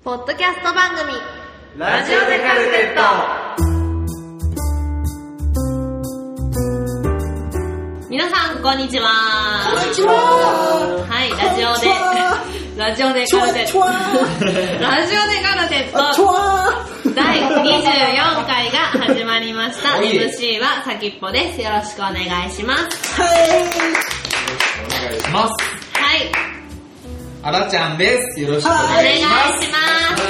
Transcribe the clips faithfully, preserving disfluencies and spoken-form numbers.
ポッドキャスト番組ラジオでカルテット。 皆さんこんにちは。 こんにちは。 はい、ラジオでラジオでカルテットラジオでカルテットだいにじゅうよんかいが始まりました。 エムシー はさきっぽです。よろしくお願いします。 はい、 お願いします。 はい、 あらちゃんです。よろしくおお願いし願いします。 ます。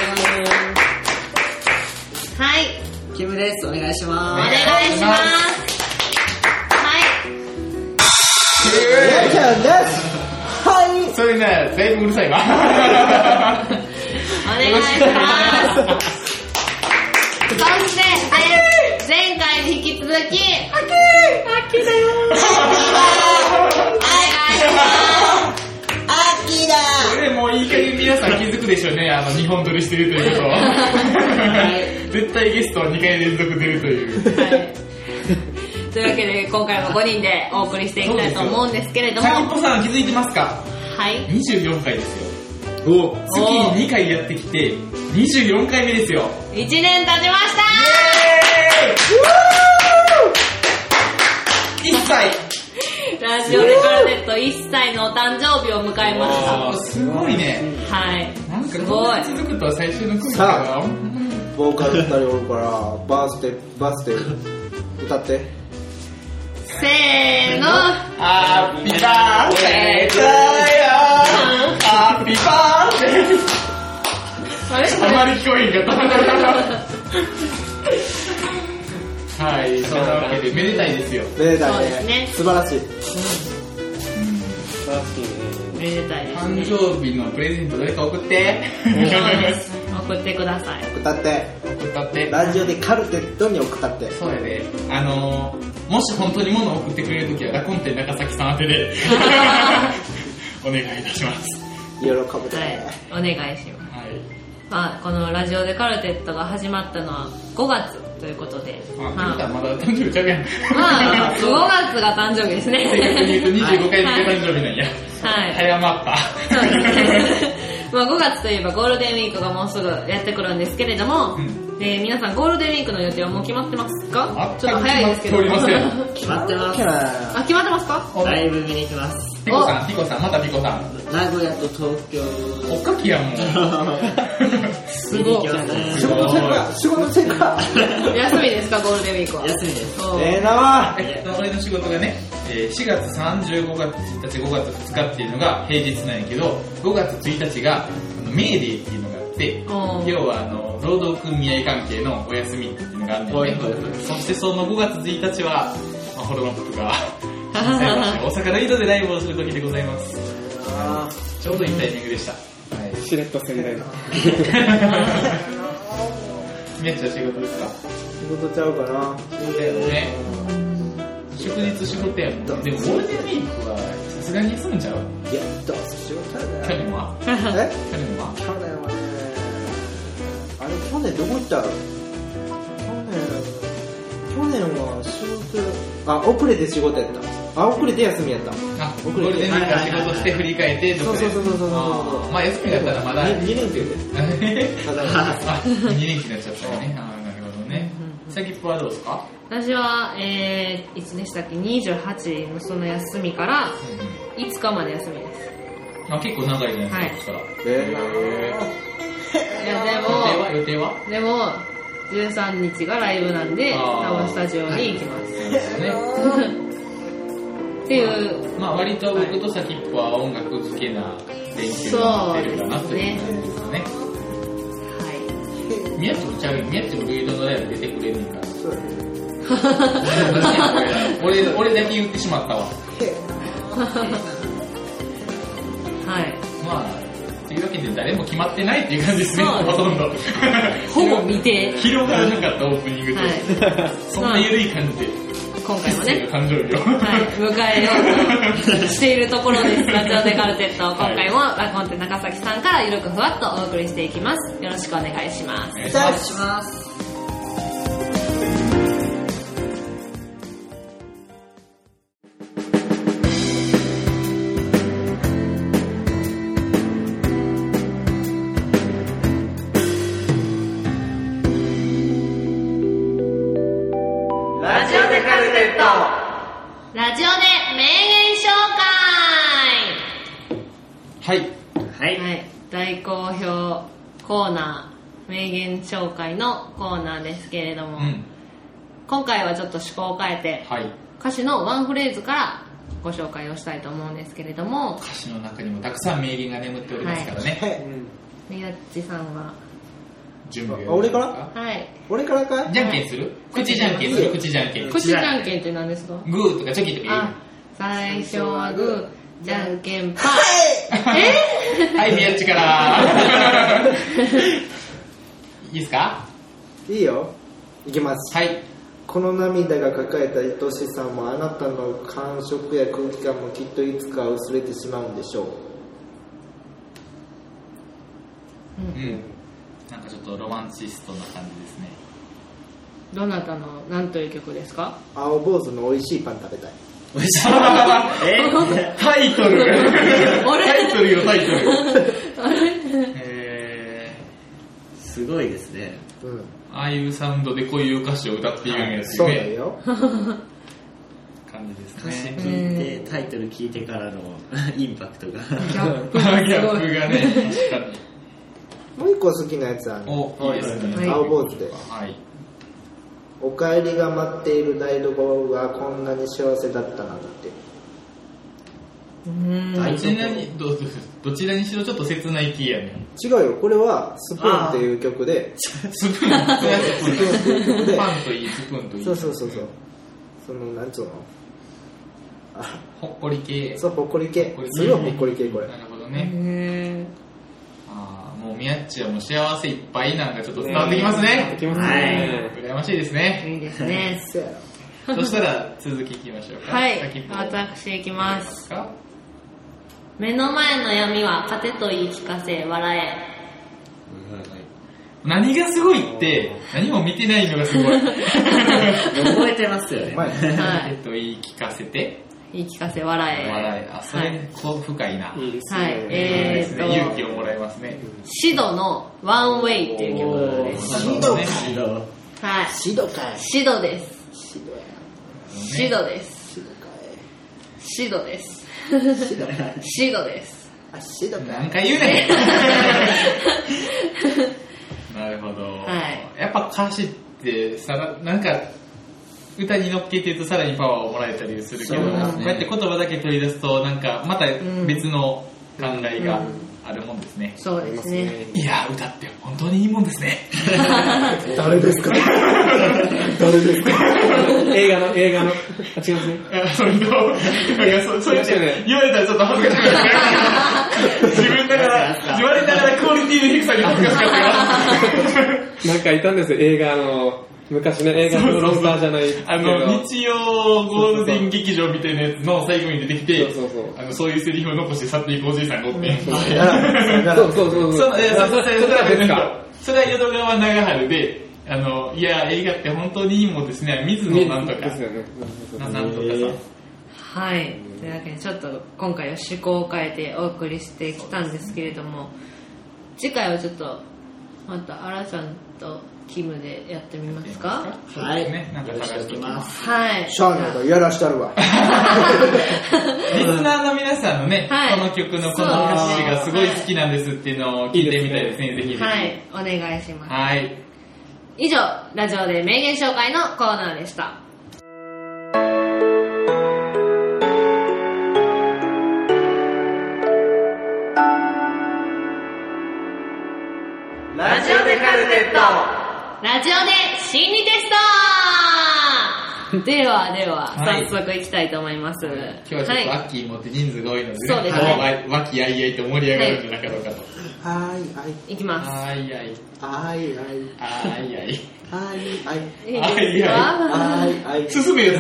はい、 キムです。お願いしおま願いします。はい、 す。やちゃんです。はい。 それね、だいぶうるさいわ。 お願いします。そして前回に引き続き、あきあきだよ。お願いします。 アキだ。 これもういい加減皆さん気づくでしょうね。あのにほん撮りしてるということを。絶対ゲストはにかい連続出るという。 はい、というわけで今回もごにんでお送りしていきたいと思うんですけれども、 さきっぽさん気づいてますか？ はい、 にじゅうよんかいですよ。お月ににかいやってきてにじゅうよんかいめですよ。 いちねん経ちました。 イエーイ。いっさい。 ラジオでカルテットいっさいのお誕生日を迎えましあーすごいね。 た。はい、 なんかすごい。 続くとは最初の組さがボーカルふたりおるからバースデーバースデー歌って。 せーの。 ハッピーバースデートゥーユー。ハッピーバースデー。 あれ？ あまり聞こえんかった。はい、そんなわけでめでたいですよ。 めでたいね。 そうですね。 素晴らしい。 めでたいです誕ね。 生日のプレゼント誰か送って。 送ってください。 歌って。 送ったって。 ラジオでカルテットに送ったって。 そうやで。あのー、もし本当に物を送ってくれるときはラコンテ中崎さん宛てでお願いいたします。 喜ぶで。 はい、お願いします。 はい。 まあ、このラジオでカルテットが始まったのはごがつということで、 あ、 まあ、 皆さんまだ誕生日ちゃうやん。 まあ、ごがつが誕生日ですね。 正確に言うとにじゅうごかいめが誕生日なんや。 はい。 早まった。 そうですね。まあごがつといえばゴールデンウィークがもうすぐやってくるんですけれども、 うんえー、皆さんゴールデンウィークの予定はもう決まってますか？ちょっと全く早いですけど。 決まっておりま決まってます。 あ、決まってますか？ ライブ見に行きます。 ピコさん、ピコさん、またピコさん。 名古屋と東京。 おっかきやん、もう。 すごい。 見に行きますね。 仕事せんか仕事せんか休みですか、ゴールデンウィークは？ 休みです。 おーええなぁ。 え俺の仕事がね、えーしがつさんじゅう、ごがつついたち、ごがつふつかっていうのが平日なんやけど、ごがつついたちがメーデーっていうのがあって、 おー要はあの労働組合関係のお休みっていうのがあるんだよね。 はいはいはいそしてそのごがつついたちは、まあ、ホロノップが大阪の井戸でライブをする時でございます。 あちょうどいいタイミングでした。はい。 ーしれっとせんだよ。 めっちゃ仕事ですか？ 仕事ちゃうかな。 仕事やよね。祝日仕事やもん。でもゴールデンウィークはさすがに休むんちゃう？ いや、どうせ仕事や去で。 年はえ去年は去年はね、あれ去年どこ行ったの？去年、去年は仕事、あ、遅れて仕事やった。あ、遅れて休みやった。 あ、ゴールデンウィークは仕事して振り返ってどそうこでそうそうそうそう。 あーまあ休みだったらまだににねん生で。ただあ、にねんきになっちゃったよね。あーなるほどね。先っぽはどうですか？ 私は、えー、いつでしたっけ、にじゅうはちのその休みからいつかまで休みです。 あ、結構長いね。 はいそしたら。 えいや、で予定はも、 予定は？ でも、じゅうさんにちがライブなんで、 あー多分スタジオに行きます。 ね。 っていう、 まあ割と僕と先っぽは音楽好きな練習をやってるかなという感じですかね。 は宮地もちゃうよ。宮地もルイドのライブ出てくれんねんから。 ー、そうやね。 俺、俺だけ言ってしまったわ。 い。はい。 まあ、というわけで誰も決まってないっていう感じですね、 そうですねほとんど。 ほぼ未定。 広がらなかったオープニングと、 はいそんな緩い感じで、 今回もね、 誕生日を。 はい、迎えようとしているところです。ラジオでカルテット、今回もラコンテ中崎さんからゆるくふわっとお送りしていきます。よろしくお願いします。 お願いしじゃあます。 します。 ラジオで名言紹介。 はい。 はい。 はい。大好評コーナー、名言紹介のコーナーですけれども、うん、今回はちょっと趣向を変えて、はい、歌詞のワンフレーズからご紹介をしたいと思うんですけれども、 歌詞の中にもたくさん名言が眠っておりますからね。はい。 みやっちさんは準備あ、俺から？ はい。 俺からかい？ じゃんけんする？口じゃんけんする？口じゃんけん。 口じゃんけんって何ですか？ グーとかチョキとか言う。 あ、最初はグー、じゃんけんパー。 はい。 え？ はい、みやっちから。いいですか？ いいよ。いきます。 はい。 この涙が抱えた愛しさもあなたの感触や空気感もきっといつか薄れてしまうんでしょう。 うん。うん、なんかちょっとロマンチストな感じですね。 どなたの何という曲ですか？ 青坊主の美味しいパン食べたい。 美味しいえタイトルタイトルよタイトルえー、 すごいですね、 うん、 ああいうサウンドでこういう歌詞を歌っているんやつよね。そうだよ感じですね。 歌詞聞いてタイトル聞いてからのインパクトがギャップがギャップがね確かに。 もう一個好きなやつあるの。 お、いいですね。 青坊主で、 はい、 お帰りが待っている台所がこんなに幸せだったなんて。 うーん、 どちらに ど, どちらにしろちょっと切ない系やね。 違うよ、これはスプーンっていう曲で。 スプーンスプーンスプーンパンといいスプーンといい。 そうそうそうそう。そのなんつうの。 あ、ほっこり系。 そう、ほっこり系。すごいほっこり系これ。 なるほどね。 へあ、もうみやっちはもう幸せいっぱいなんかちょっと伝わってきますね。伝わってきますね。羨ましいですね。 いいですね。 そしたら続きいきましょうか。 はい、私いきます。目の前の闇は糧と言い聞かせ笑え。 何がすごいって何も見てないのがすごい。 覚えてますよね。 糧と言い聞かせて。 言い聞かせ笑え。 笑え。あ、それ、はい、こう深いな。 いいですね。はい。えー、っと勇気をもらいますね。 シドのワンウェイっていう曲です。 シドかい。 はい。 シドかい。 シドです。 シドや。 シドです。 シドかい。 シドです。 シドかい。 シドです。 あ、シドかい。 何回言うねん。なるほど。はい。やっぱ歌詞ってさらなんか歌に乗っけてるとさらにパワーをもらえたりするけど、ね、こうやって言葉だけ取り出すとなんかまた別の考えがあるもんですね。 うん、そうですね。 いや歌って本当にいいもんですね。 誰ですか？誰ですか？ 映画の映画のあ違いますね。 それといやそそうやって言われたらちょっと恥ずかしくなる。自分だから言われながらクオリティの低さに恥ずかしかったよ。 なんかいたんですよ映画の。昔の映画のロンカーじゃないあの日曜ゴールデン劇場みたいなやつの最後に出てきてそうそうそうあのそういうセリフを残して去っていくおじいさんがおってん。 そうそうそうそうそれは淀川長春であのいや映画って本当にいいもんですね水野なんとかですよねなんとかさはいというわけでちょっと今回は趣向を変えてお送りしてきたんですけれども次回はちょっとまたあらちゃんとキムでやってみますか？ はい。 ね、なんか探しておきます。 はい。 シャーナーやらしたるわ。 リスナーの皆さんのね、はい、この曲のこの歌詞がすごい好きなんですっていうのを聞いてみたいですね、ぜひぜひ。 はい、お願いします。 はい。 以上、ラジオで名言紹介のコーナーでした。 ラジオでカルテットラジオで心理テストではでは、はい、早速いきたいと思います。 今日はちょっとアッキー持って人数が多いので、ね、 そうですね。 和気あいあいと盛り上がるんじゃなかろうかと。 はいはい。 いきます。 はいはい。 はいはい。 はいはい。 はいはい。 いいですか？ はいはい。 進めよ。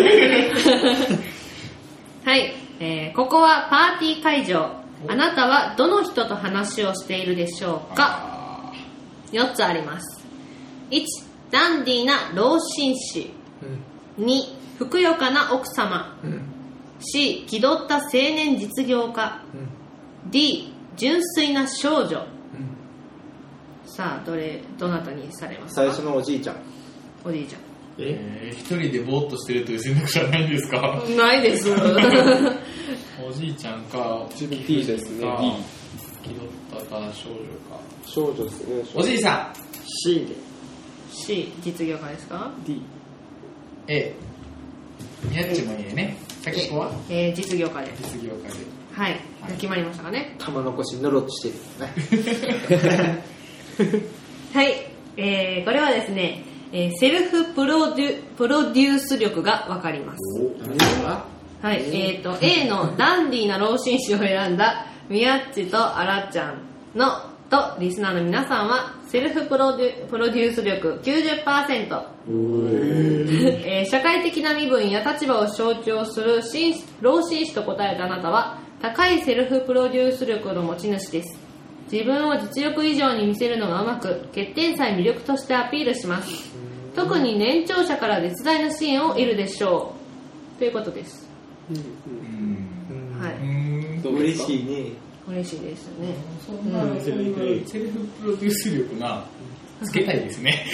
はい、えー。ここはパーティー会場。あなたはどの人と話をしているでしょうか？よっつあります。いち. ダンディーな老紳士、うん、に. ふくよかな奥様、うん、C. 気取った青年実業家、うん、D. 純粋な少女、うん、さあどれどなたにされますか？ 最初のおじいちゃん。 おじいちゃんえー、一人でぼーっとしてるという選択肢はないんですか？ ないです。 おじいちゃんか、 自分 D ですね。D。 気取ったか、少女か。 少女ですね。 おじいさん C で。 C、実業家ですか？ D。 A。ニャッチもいいね。先っぽは？ えー、実業家で。 実業家で。 はい。はい、決まりましたかね。 玉残しノロッチしてるね。 はい。えー、これはですね、えー、セルフプロデュ、プロデュース力がわかります。はい。えーと、A のダンディーな老紳士を選んだみやっちとあらちゃんのとリスナーの皆さんはセルフプロデュ、プロデュース力 きゅうじゅっパーセント、えー、社会的な身分や立場を象徴する老紳士と答えたあなたは高いセルフプロデュース力の持ち主です。自分を実力以上に見せるのがうまく、欠点さえ魅力としてアピールします。特に年長者から絶大な支援を得るでしょうということです。 うんはい。 うん嬉しいね。 嬉しいですよね。 そんな、うん、セルフプロデュース力なつけたいですね。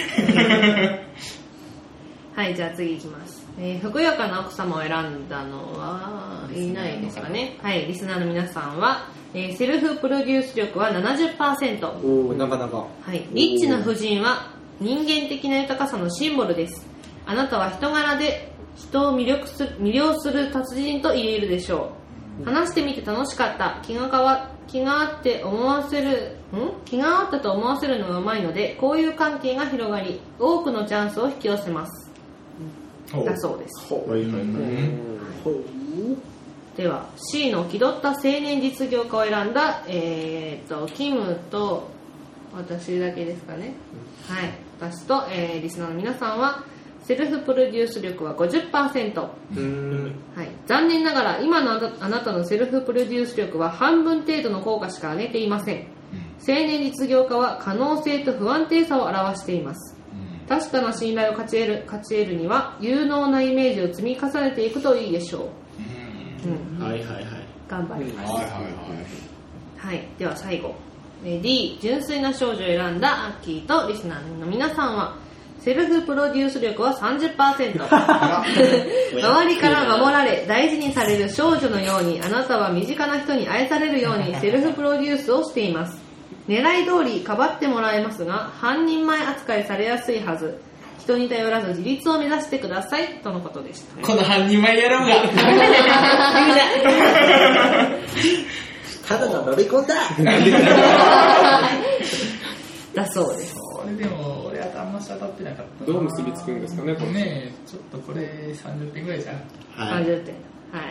はい、じゃあ次いきます。えー、ふくよかな奥様を選んだのはいないですかね。はい、リスナーの皆さんは、えー、セルフプロデュース力は ななじゅっパーセント。 おー、なかなか。 はい、リッチな夫人は人間的な豊かさのシンボルです。あなたは人柄で人を魅力する魅了する達人と言えるでしょう。話してみて楽しかった。気がかわ気があって思わせるん気があったと思わせるのがうまいので、こういう関係が広がり多くのチャンスを引き寄せます。だそうです。では C の気取った青年実業家を選んだ、えー、とキムと私だけですかね。はい、私と、えー、リスナーの皆さんはセルフプロデュース力は ごじゅっパーセント。うーん、はい、残念ながら今のあなたのセルフプロデュース力は半分程度の効果しか上げていません。青年実業家は可能性と不安定さを表しています。確かな信頼を勝ち得る、勝ち得るには有能なイメージを積み重ねていくといいでしょう。うん、 はいはいはい。 頑張ります。 はいはいはい。 はい、では最後 D 純粋な少女を選んだアッキーとリスナーの皆さんはセルフプロデュース力は さんじゅっパーセント。 周りから守られ大事にされる少女のようにあなたは身近な人に愛されるようにセルフプロデュースをしています。狙い通りかばってもらえますが半人前扱いされやすいはず。人に頼らず自立を目指してくださいとのことでした。 この半人前やろうがただの乗り込んだだそうです。 これでも俺はあんまし当たってなかったな。 どう結びつくんですかねこれね。ちょっとこれさんじゅってんぐらいじゃん。 はい、 さんじゅってん。はい、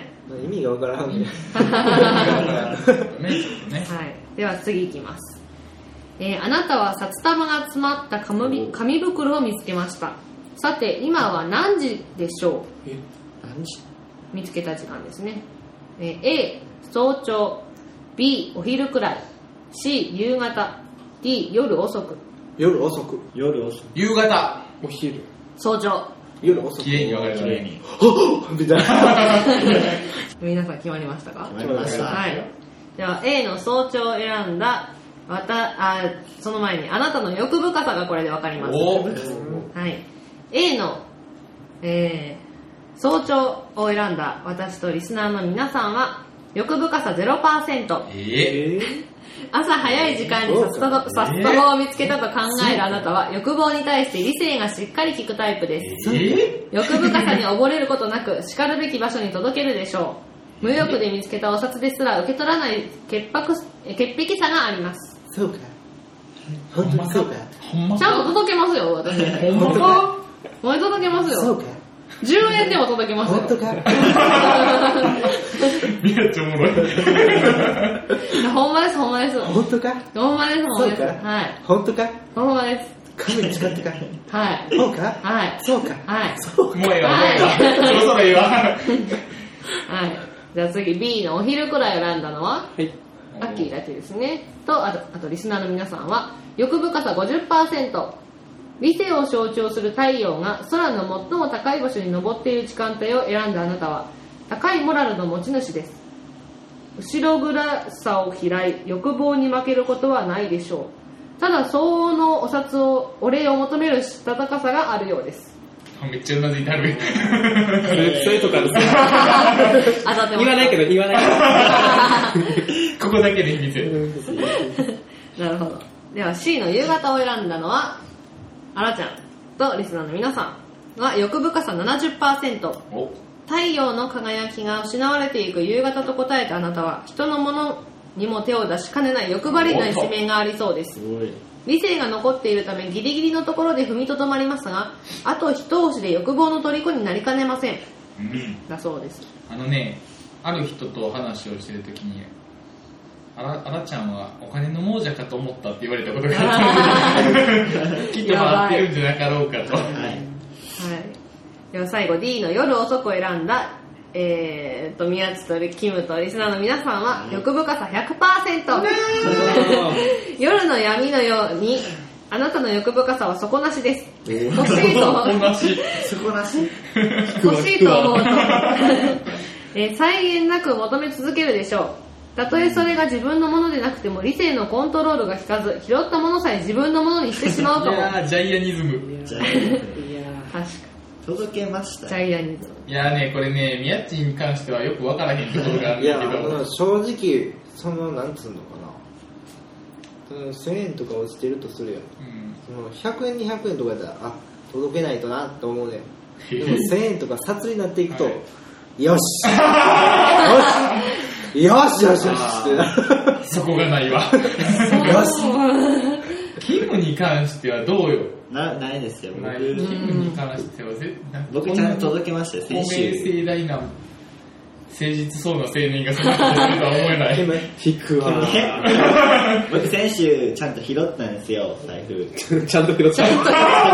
意味がわからんね。 ね、ちょっとね。 はい、では次いきます。えー、あなたは札束が詰まった紙, 紙袋を見つけました。さて今は何時でしょう。 え何時見つけた時間ですね。えー、A 早朝、 B お昼くらい、 C 夕方、 D 夜遅く。 夜遅く。 夜遅く。 夕方。 お昼。 早朝。 夜遅く。 綺麗に分かれたね。 みたいな。 皆さん決まりましたか？ 決まりました。 はい。では A の早朝を選んだまたあその前にあなたの欲深さがこれで分かります。 おはい。A の、えー、早朝を選んだ私とリスナーの皆さんは欲深さ ゼロパーセント。 えー、 朝早い時間に札束を見つけたと考えるあなたは欲望に対して理性がしっかり効くタイプです。 えー、 欲深さに溺れることなくしかるべき場所に届けるでしょう。無欲で見つけたお札ですら受け取らない潔白潔癖さがあります。 そうか。本当にそうか。 ほんまちゃんと届けますよ私。 ほんまか。 ほんまに届けますよ。 そうか。 じゅうえんでも届けますよ。 本当か。 めっちゃおもろい。 ほんまですほんまです。 本当か。 ほんまですほんまです。 そうか。 はい。 本当か。 ほんまです。 神に誓ってか。 はい。 そうか。 はい。 そうか。 はい。 そうか。 もうええわ、もうええわ。そろそろええわ。 はい。じゃあ次 B のお昼くらい選んだのは、 はい。 ラッキーだけですね。とあと、あとリスナーの皆さんは欲深さ ごじゅっパーセント。理性を象徴する太陽が空の最も高い場所に昇っている時間帯を選んだあなたは高いモラルの持ち主です。後ろ暗さを嫌い欲望に負けることはないでしょう。ただ相応のお札をお礼を求めるしたたかさがあるようです。 めっちゃうなずいてある。 そういうとこある。 当たってます。 言わないけど、言わないけど。ここだけで秘密。 なるほど。では C の夕方を選んだのは、あらちゃんとリスナーの皆さんは欲深さ ななじゅっパーセント。太陽の輝きが失われていく夕方と答えたあなたは、人のものにも手を出しかねない欲張りな一面がありそうです。理性が残っているためギリギリのところで踏みとどまりますが、あと一押しで欲望の虜になりかねません、うん、だそうです。 あのね、ある人と話をしてるときに、あら、あらちゃんはお金の亡者かと思ったって言われたことがあってきっと回ってるんじゃなかろうかと。はい、はい、 では最後 D の夜遅くを選んだえー、と宮地とキムとリスナーの皆さんは、うん、欲深さ ひゃくパーセント 夜の闇のようにあなたの欲深さは底なしです、えー、欲しいと底なし欲しいと思うと、えー、際限なく求め続けるでしょう。たとえそれが自分のものでなくても理性のコントロールが効かず、拾ったものさえ自分のものにしてしまうかも。いやージャイアニズム。 ジャイアいや確か届けました。 ジャイアニズム。 いやね、これね、宮地に関してはよく分からへんところがあるんだけど。 いや、正直、その、なんつうのかな。せんえんとか落ちてるとするよ。うん、そのひゃくえん、にひゃくえんとかやったら、あ、届けないとなって思うねん。でもせんえんとか札になっていくと、はい、よしよしよしよしよしってなる。そこがないわ。よしキムに関してはどうよ。 な、ないですよ。 僕、キムに関してはぜ、 僕ちゃんと届けましたよ、先週。 公明正大な誠実そうな青年がそんなことするとは思えない。 引くわ。 僕先週ちゃんと拾ったんですよ、財布。 ちゃんと拾った。ごっ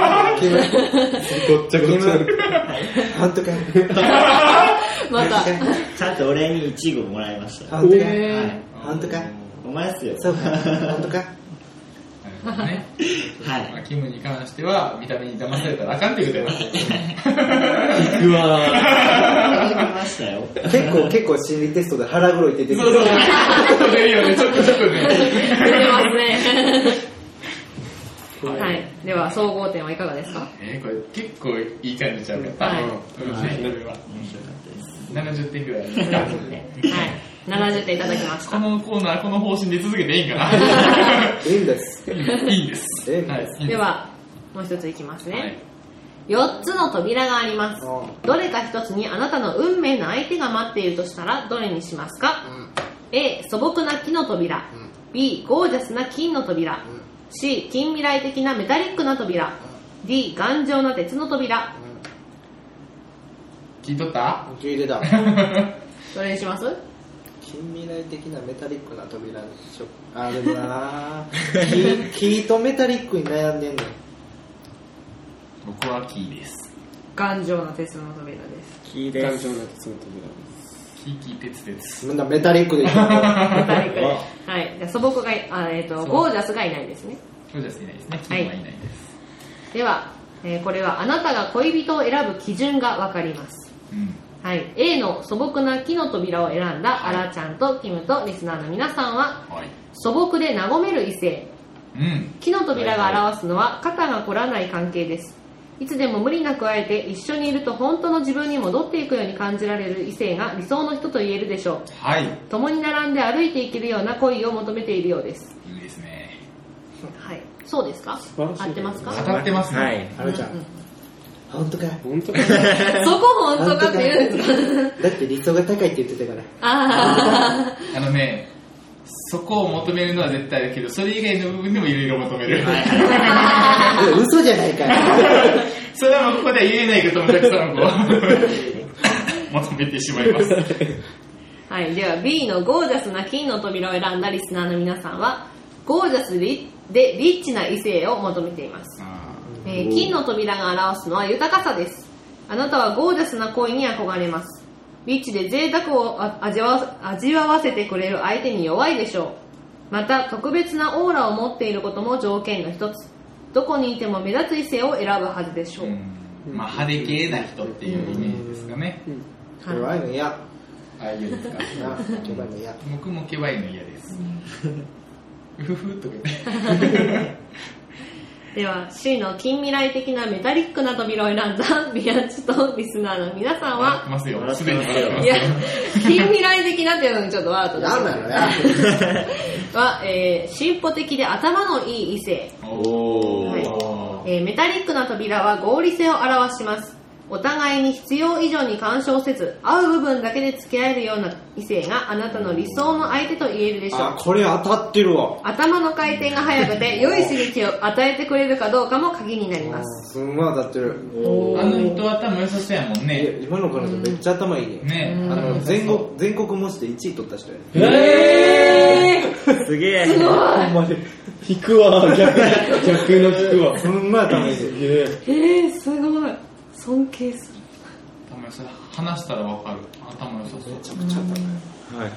ちゃごっちゃ。 本当かよ。 また。 ちゃんとお礼にイチゴもらいました。 本当かよ。本当か。 お前っすよ。 そうか。本当か。 ね、 はい、 まあ、キムに関しては見た目に騙されたらあかんっていうことやな。うわましたよ。 結構結構心理テストで腹黒いって出てくる。 そうそう。出るよね。ちょっとちょっとね。 出てますね。はい。では総合点はいかがですか？ えー、これ結構いい感じちゃうか。はい。うん。はい。面白かったです。ななじゅってんぐらい。 はい。ななじゅってんいただきました。 このコーナー、この方針で続けていいんかな。 いいんです。 いいんです。 はい、 では、もう一ついきますね。はい、よっつの扉があります。どれか一つにあなたの運命の相手が待っているとしたら、どれにしますか？うん、A、素朴な木の扉。うん、B、ゴージャスな金の扉。うん、C、近未来的なメタリックな扉。うん、D、頑丈な鉄の扉。 うん、聞いとった？ 聞いてた。 どれにします？ 近未来的なメタリックな扉でしょ。あ、でもな木とメタリックに悩んでんねん。 僕は木です。 頑丈な鉄の扉です。 木です。頑丈な鉄の扉です。 木、木、鉄、鉄。 メタリックでしょ。メタリックで。はい。じゃあ素朴があ、えっ、ー、とゴージャスがいないですね。 ゴージャスいないですね。木はいないです。はい、 では、えー、これはあなたが恋人を選ぶ基準がわかります。うん。はい、A の素朴な木の扉を選んだあらちゃんとキムとリスナーの皆さんは、はい、素朴で和める異性、うん、木の扉が表すのは肩が凝らない関係です。いつでも無理なく会えて一緒にいると本当の自分に戻っていくように感じられる異性が理想の人と言えるでしょう。はい、共に並んで歩いていけるような恋を求めているようです。 いいですね。 はい、そうですか？合ってますか？ 当たってますね。はい、 あらちゃん、うんうん、本当か本当かそこ本当かって言うんですか？ だって理想が高いって言ってたから。 ああのね、そこを求めるのは絶対だけど、それ以外の部分でもいろいろ求める。 嘘じゃないか。 それはもうここでは言えないけども、たくさんこう求めてしまいます。 はい、では B のゴージャスな金の扉を選んだリスナーの皆さんは、ゴージャスでリッチな異性を求めています。えー、金の扉が表すのは豊かさです。あなたはゴージャスな恋に憧れます。リッチで贅沢を味わ、味わわせてくれる相手に弱いでしょう。また特別なオーラを持っていることも条件の一つ。どこにいても目立つ異性を選ぶはずでしょう。うん、 まあ、派手系な人っていうイメージですかね。 ケバいの嫌。 ああいうですか。 ケバいの嫌。 僕もケバいの嫌です。うふふとか言って。 では C の近未来的なメタリックな扉を選んだ宮地とリスナーの皆さんは、 いますよ、すでにいや、近未来的なっていうのにちょっとワードだなんなのねは、えー、進歩的で頭のいい異性。 おー、 はいえー。メタリックな扉は合理性を表します。お互いに必要以上に干渉せず、合う部分だけで付き合えるような異性があなたの理想の相手と言えるでしょう。 あ、これ当たってるわ。 頭の回転が速くて良い刺激を与えてくれるかどうかも鍵になります。 すんごい当たってる。 あの人頭良さそうやもんいやね。 今の彼女めっちゃ頭いいね。 ねあの全国全国模試でいちい取った人やね。 えーすげえ。 すごい。 ほんまに。 引くわ、逆、逆の引くわ。 すんごい頭いいね。 えー、すごい。尊敬する。 頭良さ話したらわかる。頭良さそう。 めちゃくちゃ頭いい。 はいはい。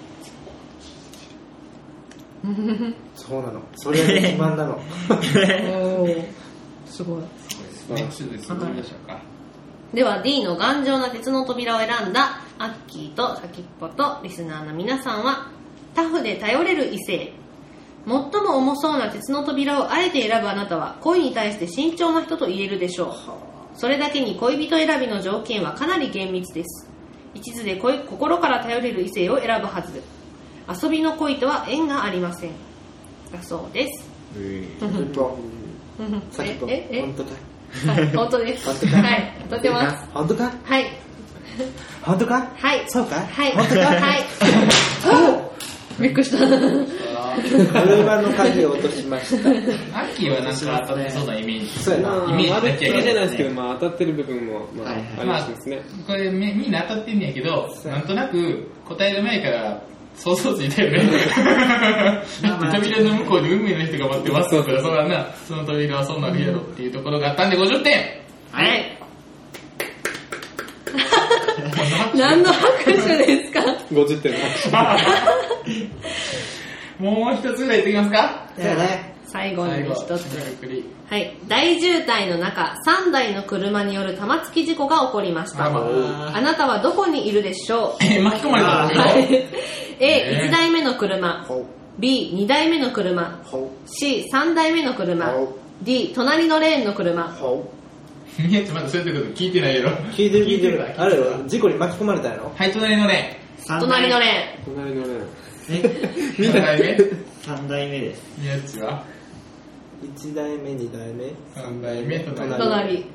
そうなの。それが一番なの。 おーすごい。 ね、ちょっと続きましょうか。 では D の頑丈な鉄の扉を選んだアッキーと先っぽとリスナーの皆さんは、タフで頼れる異性。最も重そうな鉄の扉をあえて選ぶあなたは恋に対して慎重な人と言えるでしょう。それだけに恋人選びの条件はかなり厳密です。一途で恋心から頼れる異性を選ぶはず。遊びの恋とは縁がありません。だそうです。 本当。 えええ本当か。 はい、本当です。 本当か。 はい、当てます。 本当か。 はい。 本当か。 はい。 そうか。 はい。 本当か。 はい。びっくりした。 車の鍵を落としました。 アッキーはなんか当たってそうなイメージ。 そうやな。 イメージ悪だけや気じゃないですけど、まあ当たってる部分も、まあ、 はいありますね。 これみみんな当たってんねやけど、なんとなく答える前から想像ついたよね。扉の向こうに運命の人が待ってますとか、そうだな、その扉はそうなるやろっていうところがあったんでごじゅってん。 はい。何の拍手ですか？ ごじゅってんのもう一つぐらいいってきますか？ そうやね。 最後に一つ。 つ。 はい。大渋滞の中、さんだいの車による玉突き事故が起こりました。 あまあなたはどこにいるでしょう？ え、巻き込まれたんだはいけど。 A、いちだいめの車。 ほ B、にだいめの車。 ほ C、さんだいめの車ほ。 D、隣のレーンの車。 ほみやちまだそういうこと聞いてないやろ。 聞いてる聞いてる。あれよ、事故に巻き込まれたんやろ。 はい、隣のね。 隣のレ隣のね。 え三代目。 三代目です。 みやちは。 いちだいめ、にだいめ、 三代目、 ーン。 隣。 隣。 いち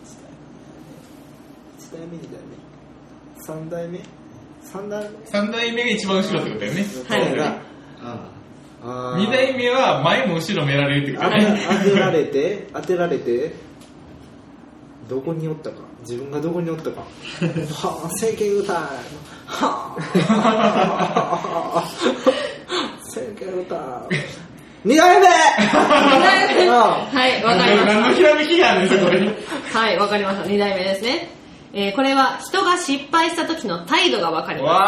だいめ、にだいめ、さんだいめ、さんだいめ。 三代目が一番後ろってことだよね。 はいがああー二代目は前も後ろもやられるってこと当てだね。 当てられて、当てられて、どこにおったか、自分がどこにおったか。はぁ、整形歌い。はぁ、整形歌い。にだいめにだいめはい、わかりまし何のひらめきがあるんですよ、これ。 た。はい、わかりました。にだいめですね。えー、これは人が失敗した時の態度がわかります。 わ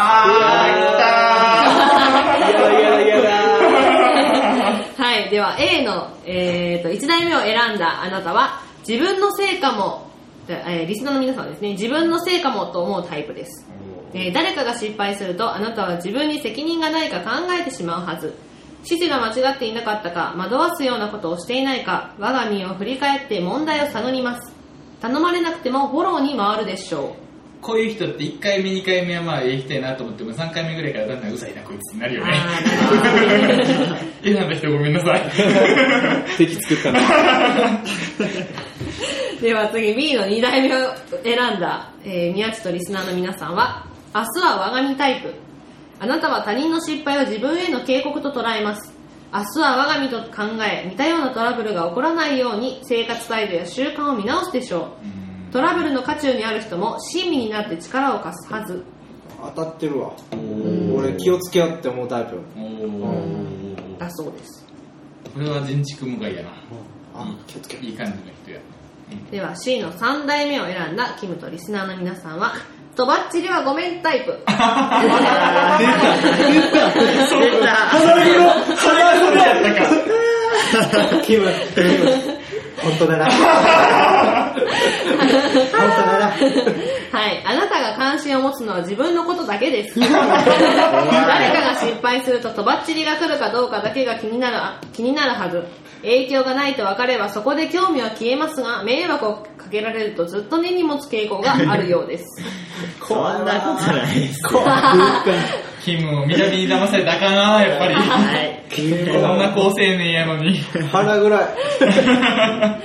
ー、来たー。 やだやだやだ。 はい、では A の、えー、といちだいめを選んだあなたは自分のせいかも、えー、リスナーの皆さんはですね、自分のせいかもと思うタイプです。えー、誰かが失敗するとあなたは自分に責任がないか考えてしまうはず。指示が間違っていなかったか、惑わすようなことをしていないか、我が身を振り返って問題を探ります。頼まれなくてもフォローに回るでしょこういう人っていっかいめ、にかいめはまあ行きたいなと思ってもさんかいめぐらいからだんだんうざいなこいつになるう。 よね。 あ選んだ人ごめんなさい。 敵作ったな。 ーでは次 B のにだいめを選んだ、えー、宮地とリスナーの皆さんは、明日は我が身タイプ。あなたは他人の失敗を自分への警告と捉えます。明日は我が身と考え、似たようなトラブルが起こらないように生活態度や習慣を見直すでしょう。トラブルの渦中にある人も親身になって力を貸すはず。 当たってるわ。俺気をつけようって思うタイプ。 おー。 だそうです。 これは全畜無害やな。 あ、気をつけよう。 いい感じの人や。 では C のさんだいめを選んだキムとリスナーの皆さんは、とばっちりはごめんタイプ。 出た出たそれはそれやったか。 キム、キム。本当だな。本当だな。 はい。あなたが関心を持つのは自分のことだけです。誰かが失敗するととばっちりが来るかどうかだけが気になる、気になるはず。影響がないと分かればそこで興味は消えますが、迷惑をかけられるとずっと根に持つ傾向があるようです。 そんなことないです。 キムを南に騙されたかな、やっぱり。はい。こんな好青年やのに。 腹ぐらい。 はい。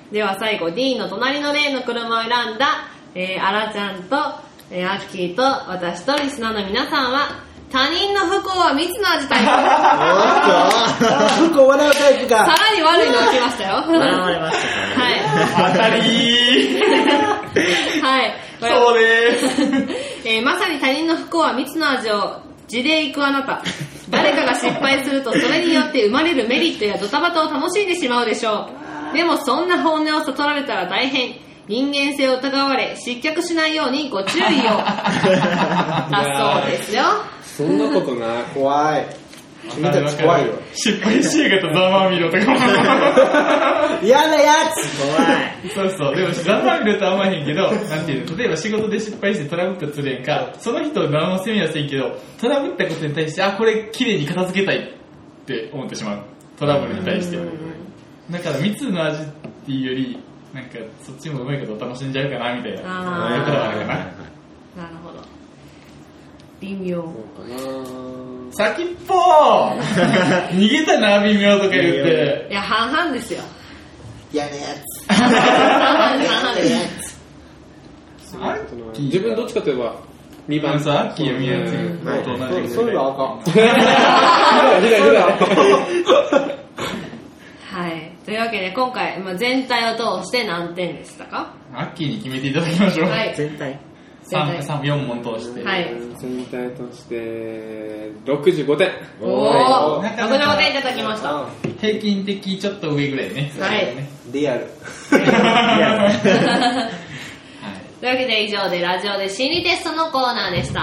では最後、D の隣のレーンの車を選んだ、えー、アラちゃんと、えー、アッキーと私とリスナーの皆さんは、他人の不幸は蜜の味タイプ。 不幸笑うタイプか。 さらに悪いのが来ましたよ。 笑われましたかね。 はい。当たりー。 はい。 そうでーす。 えー、まさに他人の不幸は蜜の味を地で行くあなた。誰かが失敗するとそれによって生まれるメリットやドタバタを楽しんでしまうでしょう。でもそんな本音を悟られたら大変。人間性を疑われ失脚しないようにご注意を。だそうですよ。 そんなことない。 怖い。君たち怖いよ。 失敗しやがとざまみろとか。 嫌なやつ。 怖い。そうそう。でもざまみろとは思わへんけど、なんていうの、例えば仕事で失敗してトラブったとするやんか、その人を何も責めはせんけど、トラブったことに対して、あ、これ綺麗に片付けたいって思ってしまう。トラブルに対して。だから蜜の味っていうより、なんかそっちもうまいこと楽しんじゃうかなみたいなところはあるかな。 なるほど。微妙。 先っぽー逃げたな、微妙とか言って。 いや、半々ですよ。 嫌なやつ。 半々です。 自分どっちかといえば、にばんさ、アッキーを見やつ。 そういうのあかん。 はい。というわけで今回、まあ、全体を通して何点でしたか？ アッキーに決めていただきましょう。 はい。 全体さん、よん問通して。 はい。 全体としてろくじゅうごてん。 おー、ろくじゅうごてんいただきました。 平均的ちょっと上ぐらいね。 はい。 リアル。 リアル。というわけで以上でラジオで心理テストのコーナーでした。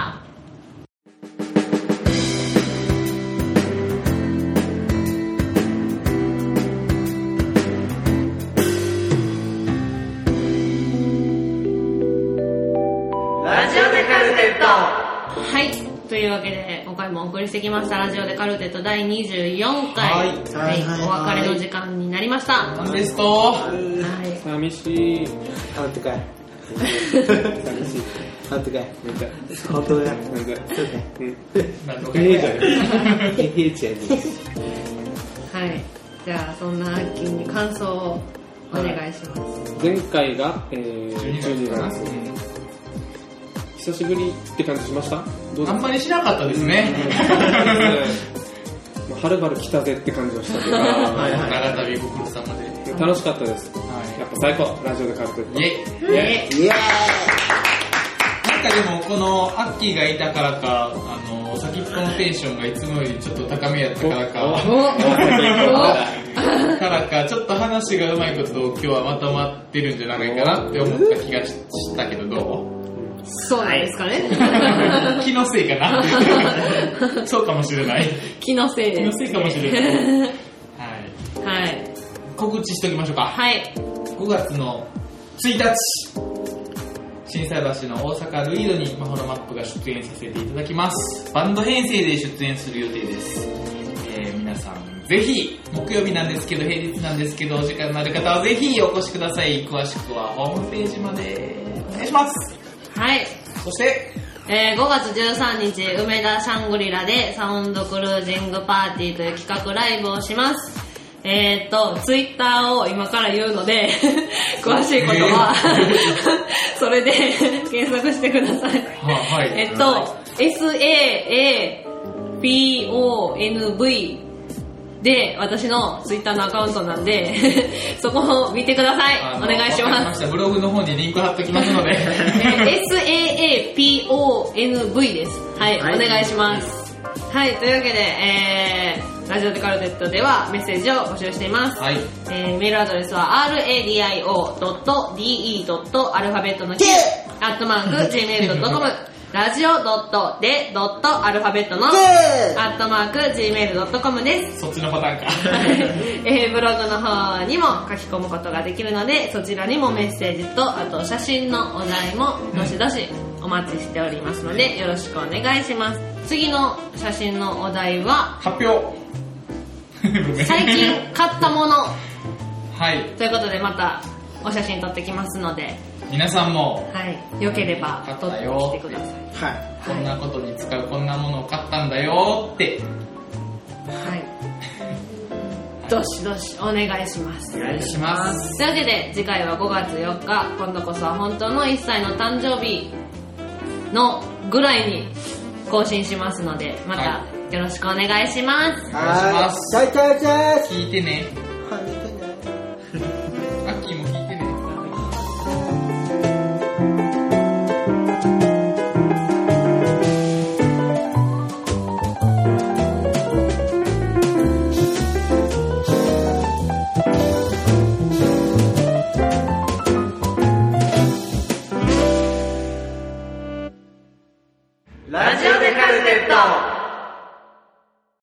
はい、というわけで今回もお送りしてきましたラジオでカルテットだいにじゅうよんかい、はいはい、お別れの時間になりました。 なんですと、 はい、 寂しい。 あってかい。 寂しい。 あってかい。本当だ。 なんだ。 なんとか。 ええじゃん。ええじゃん。 はい、じゃあそんなアッキーに感想をお願いします。 前回が、えー、じゅうにがつ。久しぶりって感じしました？ どうあんまりしなかったですね。 はるばる来たぜって感じはしたけど、長旅ご苦労様で楽しかったです。はい、やっぱ最高、ラジオでカルテット。 イエイイエイイエイ。なんかでもこのアッキーがいたからか、あの先っぽのテンションがいつもよりちょっと高めやったからか、からかちょっと話がうまいこと今日はまとまってるんじゃないかなって思った気がしたけど、どう？ そうなんですかね。 気のせいかな。そうかもしれない。 気のせいです。 気のせいかもしれない。はい。 はい。 告知しておきましょうか。 はい。 ごがつのついたち、心斎橋の大阪ルイードにマホロマップが出演させていただきます。バンド編成で出演する予定です。えー、皆さんぜひ木曜日なんですけど平日なんですけどお時間のある方はぜひお越しください。詳しくはホームページまでお願いします。 はい。 そして、 えー、ごがつじゅうさんにち、梅田シャングリラでサウンドクルージングパーティーという企画ライブをします。えーっと、ツイッターを今から言うので、詳しいことは、それで検索してください。 はい。 えっと、エスエーエーピーオーエヌブイで、私のツイッターのアカウントなんで、そこを見てください。お願いします。 ブログの方にリンク貼っておきますので。 エスエーエーピーオーエヌブイ です。はい、はい、お願いします。はい、というわけで、えー、ラジオデカルテットではメッセージを募集しています。 はい。 えー、メールアドレスは アールエーディーアイオードットディーイードットアルファベットのきゅうアットマークジーメールドットコムラジオ .de. アルファベットのアットマーク ジーメールドットコム です。 そっちのパターンか。 えー、ブログの方にも書き込むことができるので、そちらにもメッセージと、あと写真のお題もどしどしお待ちしておりますので、よろしくお願いします。次の写真のお題は、 発表最近買ったもの。 はい。 ということで、またお写真撮ってきますので、 皆さんも、 はい、よければ撮ってきてください。 はい。 こんなことに使うこんなものを買ったんだよって。 はい。どしどしお願いします。 お願いします。 というわけで、次回はごがつよっか、今度こそは本当のいっさいの誕生日のぐらいに更新しますので、またよろしくお願いします。 お願いします。 はい。チャイチャイチャイ。 聞いてね。